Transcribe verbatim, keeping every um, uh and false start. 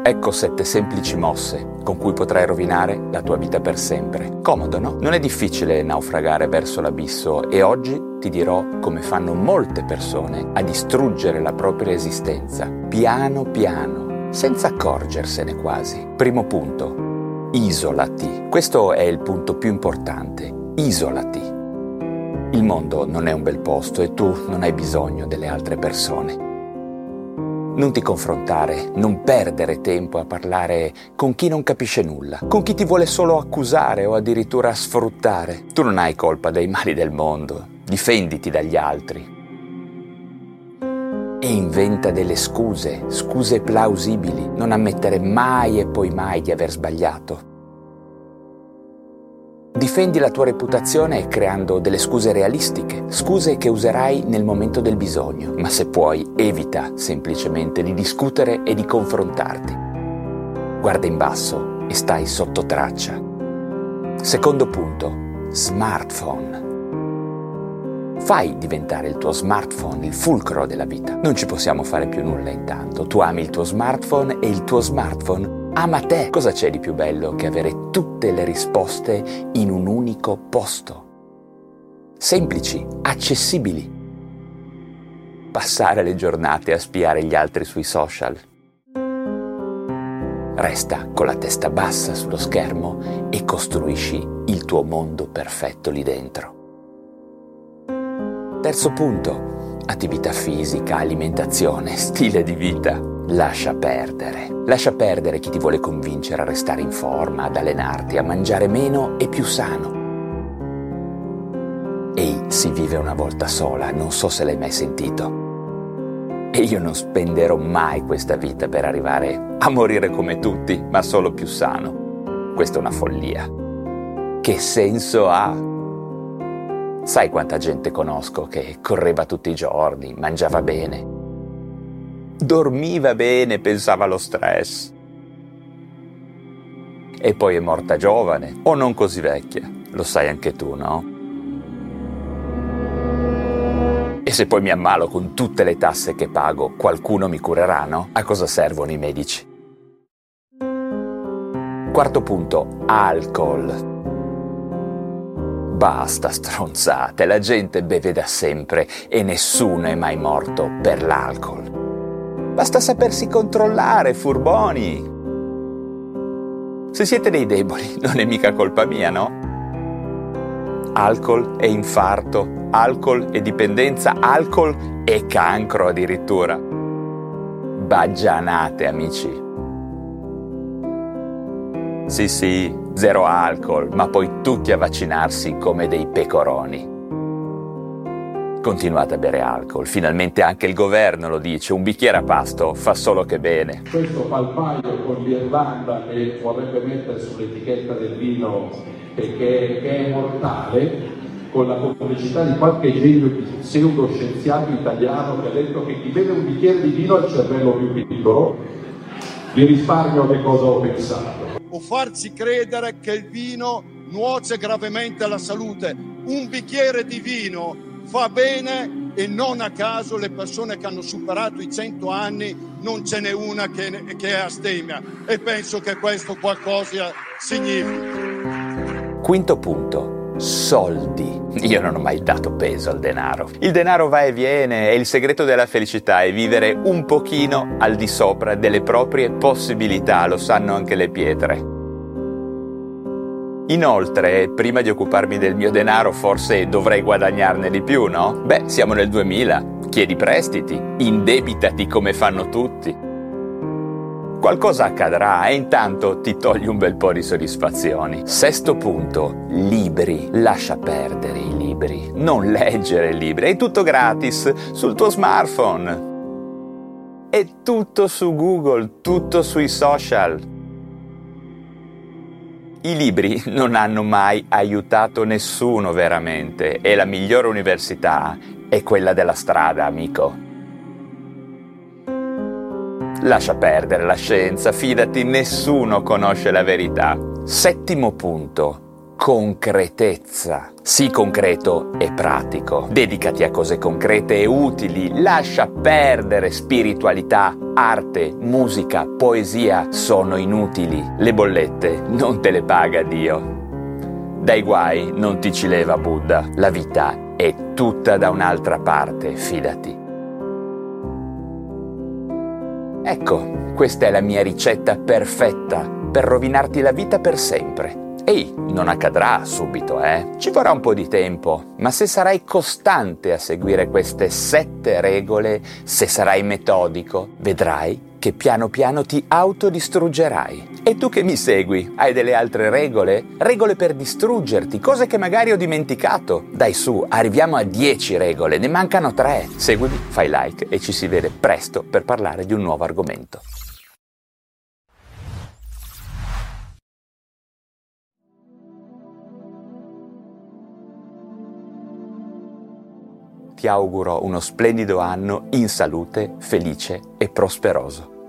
Ecco sette semplici mosse con cui potrai rovinare la tua vita per sempre. Comodo, no? Non è difficile naufragare verso l'abisso e oggi ti dirò come fanno molte persone a distruggere la propria esistenza, piano piano, senza accorgersene quasi. Primo punto, isolati. Questo è il punto più importante, isolati. Il mondo non è un bel posto e tu non hai bisogno delle altre persone. Non ti confrontare, non perdere tempo a parlare con chi non capisce nulla, con chi ti vuole solo accusare o addirittura sfruttare. Tu non hai colpa dei mali del mondo, difenditi dagli altri. E inventa delle scuse, scuse plausibili, non ammettere mai e poi mai di aver sbagliato. Difendi la tua reputazione creando delle scuse realistiche, scuse che userai nel momento del bisogno, ma se puoi evita semplicemente di discutere e di confrontarti. Guarda in basso e stai sotto traccia. Secondo punto, smartphone. Fai diventare il tuo smartphone il fulcro della vita. Non ci possiamo fare più nulla intanto. Tu ami il tuo smartphone e il tuo smartphone ama te. Cosa c'è di più bello che avere tutte le risposte in un unico posto? Semplici, accessibili. Passare le giornate a spiare gli altri sui social. Resta con la testa bassa sullo schermo e costruisci il tuo mondo perfetto lì dentro. Terzo punto, attività fisica, alimentazione, stile di vita. Lascia perdere. Lascia perdere chi ti vuole convincere a restare in forma, ad allenarti, a mangiare meno e più sano. Ehi, si vive una volta sola, non so se l'hai mai sentito. E io non spenderò mai questa vita per arrivare a morire come tutti, ma solo più sano. Questa è una follia. Che senso ha? Sai quanta gente conosco che correva tutti i giorni, mangiava bene, dormiva bene, pensava allo stress. E poi è morta giovane o non così vecchia. Lo sai anche tu, no? E se poi mi ammalo con tutte le tasse che pago, qualcuno mi curerà, no? A cosa servono i medici? Quarto punto, alcol. Basta stronzate, la gente beve da sempre e nessuno è mai morto per l'alcol. Basta sapersi controllare, furboni. Se siete dei deboli, non è mica colpa mia, no? Alcol e infarto, alcol e dipendenza, alcol e cancro addirittura. Baggianate, amici. Sì, sì, zero alcol, ma poi tutti a vaccinarsi come dei pecoroni. Continuate a bere alcol, finalmente anche il governo lo dice, un bicchiere a pasto fa solo che bene. Questo fa il paio con l'Irlanda che vorrebbe mettere sull'etichetta del vino che, che è mortale, con la complicità di qualche genio di pseudoscienziato italiano che ha detto che chi beve un bicchiere di vino ha il cervello più piccolo. Vi risparmio che cosa ho pensato. O farci credere che il vino nuoce gravemente alla salute. Un bicchiere di vino fa bene e non a caso le persone che hanno superato i cento anni non ce n'è una che, che è astemia, e penso che questo qualcosa significhi. Quinto punto, soldi. Io non ho mai dato peso al denaro. Il denaro va e viene e il segreto della felicità è vivere un pochino al di sopra delle proprie possibilità, lo sanno anche le pietre. Inoltre, prima di occuparmi del mio denaro, forse dovrei guadagnarne di più, no? Beh, siamo nel duemila, chiedi prestiti, indebitati come fanno tutti. Qualcosa accadrà e intanto ti togli un bel po' di soddisfazioni. Sesto punto, libri. Lascia perdere i libri, non leggere libri, è tutto gratis sul tuo smartphone. È tutto su Google, tutto sui social. I libri non hanno mai aiutato nessuno veramente e la migliore università è quella della strada, amico. Lascia perdere la scienza, fidati, nessuno conosce la verità. Settimo punto, concretezza. Sii concreto e pratico. Dedicati a cose concrete e utili. Lascia perdere spiritualità, arte, musica, poesia sono inutili. Le bollette non te le paga Dio. Dai guai non ti ci leva Buddha. La vita è tutta da un'altra parte, fidati. Ecco, questa è la mia ricetta perfetta per rovinarti la vita per sempre. Ehi, non accadrà subito, eh? Ci vorrà un po' di tempo, ma se sarai costante a seguire queste sette regole, se sarai metodico, vedrai che piano piano ti autodistruggerai. E tu che mi segui, hai delle altre regole? Regole per distruggerti, cose che magari ho dimenticato. Dai su, arriviamo a dieci regole, ne mancano tre. Seguimi, fai like e ci si vede presto per parlare di un nuovo argomento. Ti auguro uno splendido anno in salute, felice e prosperoso.